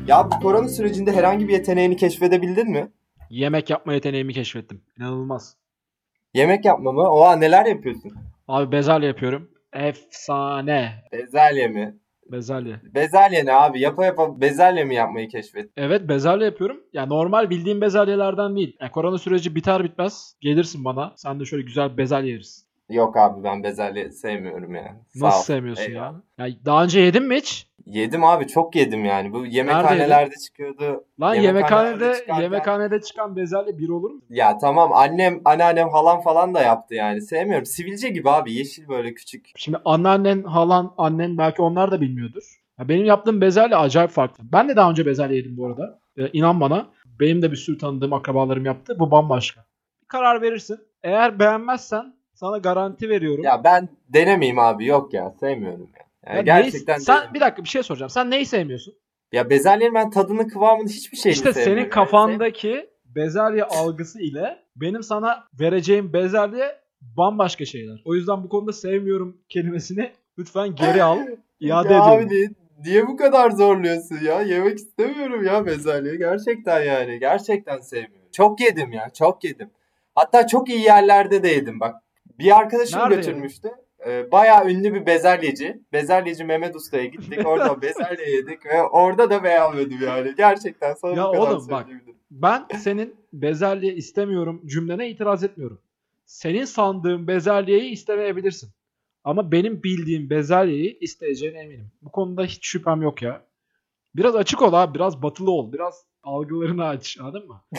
Ya bu korona sürecinde herhangi bir yeteneğini keşfedebildin mi? Yemek yapma yeteneğimi keşfettim. İnanılmaz. Yemek yapma mı? Oha, neler yapıyorsun? Abi bezelye yapıyorum. Efsane. Bezelye mi? Bezelye. Bezelye ne abi? Yapa yapa bezelye mi yapmayı keşfettin? Evet, bezelye yapıyorum. Ya normal bildiğim bezelyelerden değil. Yani korona süreci biter bitmez gelirsin bana. Sen de şöyle güzel bir bezelye yeriz. Yok abi, ben bezelye sevmiyorum yani. Sağ Nasıl ol. sevmiyorsun Eyvallah. ya? Ya daha önce yedin mi hiç? Yedim abi, çok yedim yani. Bu Nerede yedin? yemekhanelerde çıkıyordu. Lan Yemekhanelerde yemekhanede çıkarken yemekhanede çıkan bezelye bir olur mu? ya tamam, annem, anneannem, halam falan da yaptı yani. Sevmiyorum. Sivilce gibi abi, yeşil böyle küçük. Şimdi anneannen, halan, annen belki onlar da bilmiyordur. Ya benim yaptığım bezelye acayip farklı. Ben de daha önce bezelye yedim bu arada. İnan bana. Benim de bir sürü tanıdığım akrabalarım yaptı. Bu bambaşka. Bir karar verirsin. Eğer beğenmezsen sana garanti veriyorum. Ya ben denemeyeyim abi, yok ya, sevmiyorum ya. Ya Yani gerçekten sen bir denemeyeyim. dakika bir şey soracağım. Sen neyi sevmiyorsun? Ya bezelyenin ben tadını, kıvamını, hiçbir şeyini İşte senin sevmiyorum yani. kafandaki bezelye algısı ile benim sana vereceğim bezelye bambaşka şeyler. O yüzden bu konuda sevmiyorum kelimesini lütfen geri al. İade Ya abi ediyorum. niye bu kadar zorluyorsun ya? Yemek istemiyorum ya bezelye. Gerçekten yani. Gerçekten sevmiyorum. Çok yedim ya. Çok yedim. Hatta çok iyi yerlerde de yedim bak. Bir arkadaşım Nerede yedin? götürmüştü. Bayağı ünlü bir bezelyeci. Bezelyeci Mehmet Usta'ya gittik. Orada bezelye yedik ve orada da beğenmedim yani. Gerçekten sana Ya bu kadar oğlum bak, söyleyebilirim. ben senin bezelye istemiyorum cümlene itiraz etmiyorum. Senin sandığın bezelyeyi istemeyebilirsin. Ama benim bildiğim bezelyeyi isteyeceğine eminim. Bu konuda hiç şüphem yok ya. Biraz açık ol abi, biraz batılı ol, biraz algılarını aç, anladın mı?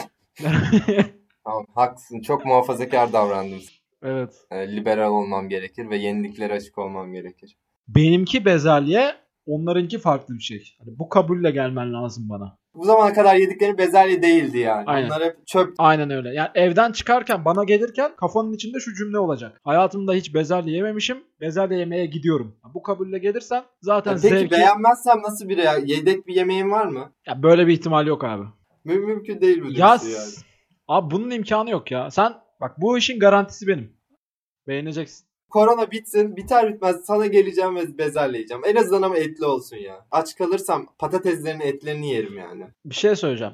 Tamam, haklısın. Çok muhafazakar davrandım. Evet. Liberal olmam gerekir ve yeniliklere açık olmam gerekir. Benimki bezelye, onlarınki farklı bir şey. Hani bu kabulle gelmen lazım bana. Bu zamana kadar yedikleri bezelye değildi yani. Aynen. Onlar hep çöp. Aynen öyle. Yani evden çıkarken bana gelirken kafanın içinde şu cümle olacak. Hayatımda hiç bezelye yememişim. Bezelye yemeye gidiyorum. Bu kabulle gelirsen zaten Peki zevki... beğenmezsem nasıl bir ya? Yedek bir yemeğin var mı? Ya böyle bir ihtimal yok abi. Mümkün değil böyle bir Ya şey yani. abi bunun imkanı yok ya. Sen bak, bu işin garantisi benim. Beğeneceksin. Korona bitsin, biter bitmez sana geleceğim ve bezelye yiyeceğim. En azından ama etli olsun ya. Aç kalırsam patateslerin etlerini yerim yani. Bir şey söyleyeceğim.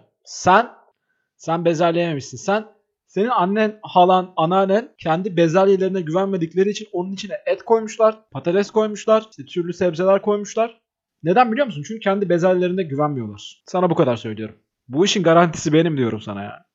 Sen bezelye yememişsin. Senin annen, halan, anneannen kendi bezelyelerine güvenmedikleri için onun içine et koymuşlar, patates koymuşlar, işte türlü sebzeler koymuşlar. Neden biliyor musun? Çünkü kendi bezelyelerine güvenmiyorlar. Sana bu kadar söylüyorum. Bu işin garantisi benim diyorum sana ya.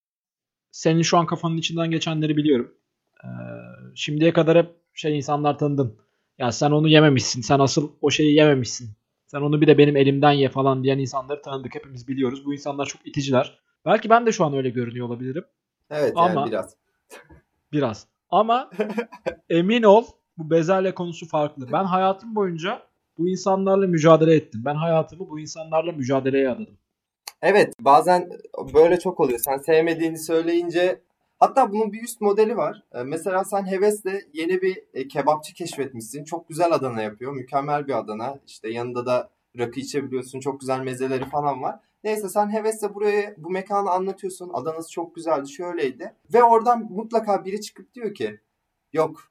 Senin şu an kafanın içinden geçenleri biliyorum. Ee, Şimdiye kadar hep insanlar tanıdın. Ya sen onu yememişsin. Sen asıl o şeyi yememişsin. Sen onu bir de benim elimden ye falan diyen insanları tanıdık. Hepimiz biliyoruz. Bu insanlar çok iticiler. Belki ben de şu an öyle görünüyor olabilirim. Evet yani Ama biraz. biraz. Ama emin ol, bu bezelye konusu farklı. Ben hayatım boyunca bu insanlarla mücadele ettim. Ben hayatımı bu insanlarla mücadeleye adadım. Evet, bazen böyle çok oluyor. Sen sevmediğini söyleyince, hatta bunun bir üst modeli var. Mesela sen hevesle yeni bir kebapçı keşfetmişsin. Çok güzel Adana yapıyor. Mükemmel bir Adana. İşte yanında da rakı içebiliyorsun. Çok güzel mezeleri falan var. Neyse, sen hevesle buraya, bu mekanı anlatıyorsun. Adana'sı çok güzeldi, şöyleydi. Ve oradan mutlaka biri çıkıp diyor ki yok,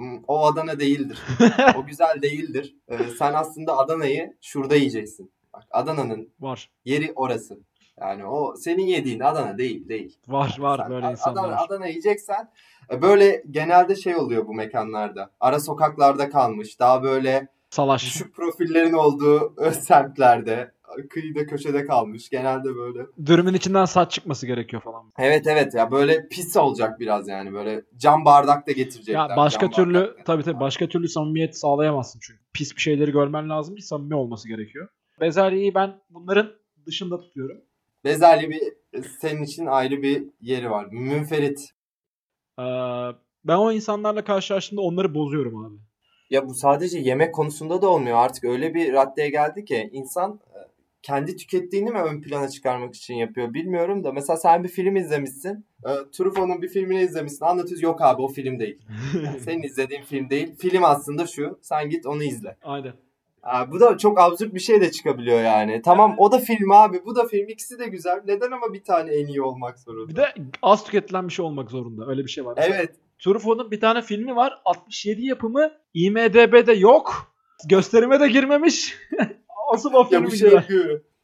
o Adana değildir. O güzel değildir. Sen aslında Adana'yı şurada yiyeceksin. Bak, Adana'nın Var. yeri orası. Yani o senin yediğin Adana değil, değil. Var Sen böyle insanlar var. Adana yiyeceksen böyle genelde şey oluyor bu mekanlarda. Ara sokaklarda kalmış, daha böyle Salaş. düşük profillerin olduğu semtlerde, kıyıda köşede kalmış. Genelde böyle. Dürümün içinden saç çıkması gerekiyor falan. Evet evet, ya böyle pis olacak biraz yani, böyle cam bardakta Ya getirecekler, başka cam türlü bardakta. tabii başka türlü samimiyet sağlayamazsın çünkü. Pis bir şeyleri görmen lazım ki samimi olması gerekiyor. Bezelyeyi ben bunların dışında tutuyorum. Bezelye bir senin için ayrı bir yeri var. Münferit. Ee, Ben o insanlarla karşılaştığımda onları bozuyorum abi. Ya bu sadece yemek konusunda da olmuyor. Artık öyle bir raddeye geldi ki insan kendi tükettiğini mi ön plana çıkarmak için yapıyor bilmiyorum da. Mesela sen bir film izlemişsin. Truffaut'un bir filmini izlemişsin. Anlatıyorsun. Yok abi, o film değil. Yani senin izlediğin film değil. Film aslında şu. Sen git onu izle. Aynen. Bu da çok absürt bir şey de çıkabiliyor yani. Tamam, o da film abi. Bu da film. İkisi de güzel. Neden ama bir tane en iyi olmak Bir zorunda? de az tüketilen bir şey olmak zorunda. Öyle bir şey var. Mesela Evet. Truffaut'un bir tane filmi var. 67 yapımı. IMDb'de yok. Gösterime de girmemiş. Asıl o Ya bu filmi şey güzel. yapıyor.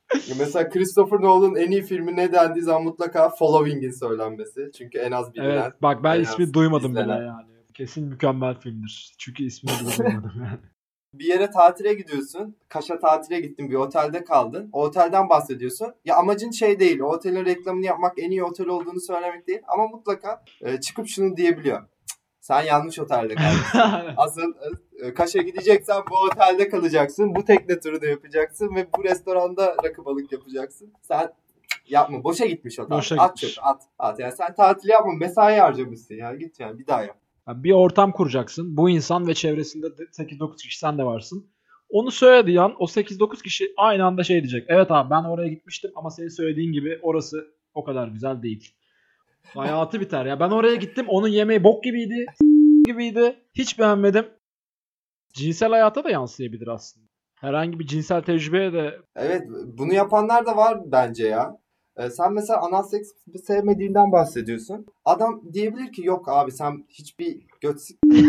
Mesela Christopher Nolan'ın en iyi filmi ne dendiği zaman mutlaka Following'in söylenmesi. Çünkü en az bilinen, Evet bak ben en ismi az duymadım bile izlenen. yani. Kesin mükemmel filmdir. Çünkü ismini bile duymadım yani. Bir yere tatile gidiyorsun. Kaş'a tatile gittin, bir otelde kaldın. O otelden bahsediyorsun. Ya amacın şey değil. O otelin reklamını yapmak, en iyi otel olduğunu söylemek değil. Ama mutlaka çıkıp şunu diyebiliyor. Sen yanlış otelde kalmışsın. Asıl Kaş'a gideceksen bu otelde kalacaksın. Bu tekne turunu yapacaksın ve bu restoranda rakı balık yapacaksın. Sen yapma. Boşa gitmiş o tatil. Boşa At gitmiş. çöp, at. Yani sen tatil yapma. Mesai harcamışsın ya. Git yani bir daha yap. Yani bir ortam kuracaksın. Bu insan ve çevresinde de 8-9 kişi sen de varsın. Onu söylediği an o 8-9 kişi aynı anda şey diyecek. Evet abi ben oraya gitmiştim ama senin söylediğin gibi orası o kadar güzel değil. Hayatı biter ya. Ben oraya gittim. Onun yemeği bok gibiydi. Gibiydi. Hiç beğenmedim. Cinsel hayata da yansıyabilir aslında. Herhangi bir cinsel tecrübeye de Evet, bunu yapanlar da var bence ya. Sen mesela anal seks sevmediğinden bahsediyorsun. Adam diyebilir ki yok abi sen hiçbir göt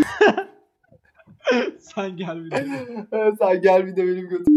sen gel bir de. sen gel bir de benim götüm.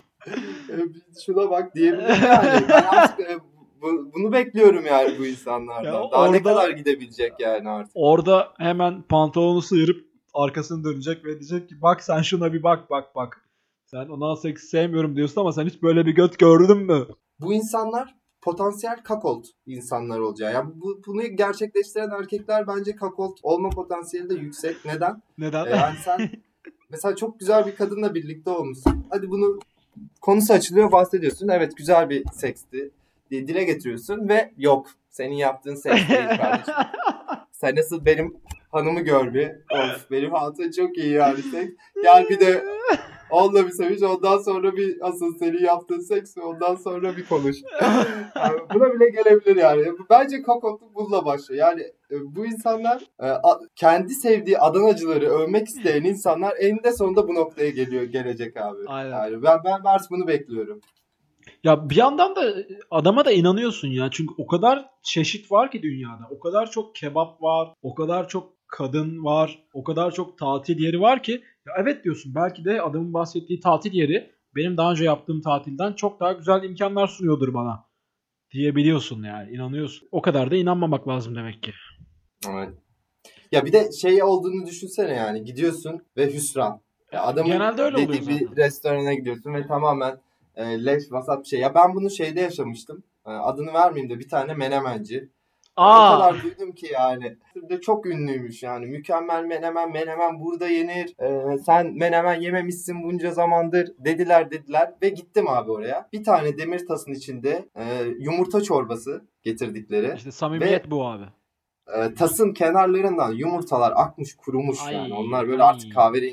Şuna bak diyebilir yani. Ben artık bunu bekliyorum yani bu insanlardan. Ya Daha ne orada- kadar gidebilecek yani artık. Orada hemen pantolonu sıyırıp arkasını dönecek ve diyecek ki bak sen şuna bir bak. Sen ona seks sevmiyorum diyorsun ama sen hiç böyle bir göt gördün mü? Bu insanlar potansiyel cuckold insanlar olacak. Yani bunu gerçekleştiren erkekler bence cuckold olma potansiyeli de yüksek. Neden? Neden? Yani sen mesela çok güzel bir kadınla birlikte olmuşsun. Hadi bunu konusu açılıyor, bahsediyorsun. Evet güzel bir seksti diye dile getiriyorsun ve yok. Senin yaptığın seks değil kardeşim. Sen nasıl benim hanımı gör bir. Of benim hatun çok iyi yani seks. Gel bir de onunla bir seviş, ondan sonra bir asıl senin yaptığın seks ve ondan sonra bir konuş. Yani buna bile gelebilir yani. Bence kakotluk bununla başlıyor. Yani bu insanlar kendi sevdiği Adanacıları övmek isteyen insanlar eninde sonunda bu noktaya gelecek abi. Aynen. Yani ben artık bunu bekliyorum. Ya bir yandan da adama da inanıyorsun ya. Çünkü o kadar çeşit var ki dünyada. O kadar çok kebap var. O kadar çok kadın var. O kadar çok tatil yeri var ki. Ya evet diyorsun belki de adamın bahsettiği tatil yeri benim daha önce yaptığım tatilden çok daha güzel imkanlar sunuyordur bana. Diyebiliyorsun yani. İnanıyorsun. O kadar da inanmamak lazım demek ki. Evet. Ya bir de şey olduğunu düşünsene yani. Gidiyorsun ve hüsran. Ya adamın Genelde öyle oluyor dediği bir zaten. restorana gidiyorsun ve tamamen leş vasat bir şey. Ya ben bunu şeyde yaşamıştım. Adını vermeyeyim de bir tane menemenci. O kadar duydum ki yani. De çok ünlüymüş yani. Mükemmel menemen burada yenir. Sen menemen yememişsin bunca zamandır dediler ve gittim abi oraya. Bir tane demir tasın içinde yumurta çorbası getirdikleri İşte ve samimiyet bu abi. tasın kenarlarından yumurtalar akmış kurumuş Ay, yani. Onlar böyle ay. artık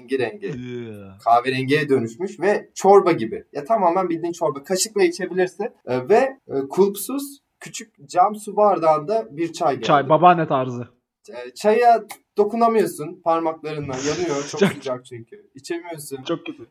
kahverengiye dönüşmüş ve çorba gibi. Ya tamamen bildiğin çorba. Kaşıkla içebilirsin. Ve kulpsuz küçük cam su bardağında bir çay geldi. Çay babaanne tarzı. Çaya dokunamıyorsun parmaklarından. Yanıyor. Çok Çok- sıcak çünkü. İçemiyorsun. Çok kötü.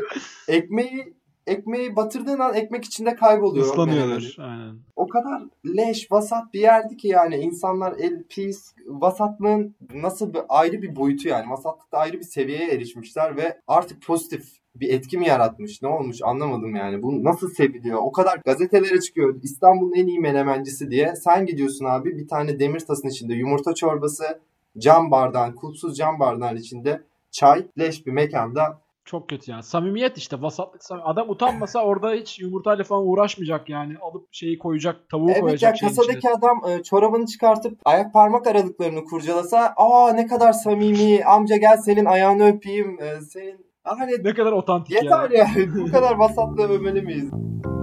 Ekmeği batırdığın an ekmek içinde kayboluyor. Islanıyorlar. Aynen. O kadar leş, vasat bir yerdi ki yani insanlar pis, vasatlığın nasıl bir ayrı bir boyutu yani. Vasatlıkta ayrı bir seviyeye erişmişler ve artık pozitif bir etki mi yaratmış? Ne olmuş anlamadım yani. Bu nasıl seviliyor? O kadar gazetelere çıkıyor. İstanbul'un en iyi menemencisi diye. Sen gidiyorsun abi bir tane demir tasın içinde yumurta çorbası, cam bardağın, kulpsuz cam bardağın içinde çay, leş bir mekanda. Çok kötü yani. Samimiyet işte. Vasatlık. Adam utanmasa orada hiç yumurtayla falan uğraşmayacak yani. Alıp şeyi koyacak. Tavuğu Evet koyacak ya şeyin kasadaki içine. adam çorabını çıkartıp ayak parmak aralıklarını kurcalasa ne kadar samimi amca gel senin ayağını öpeyim senin hani Ne kadar otantik ya. yeter yani bu kadar vasatlığı övmeli miyiz?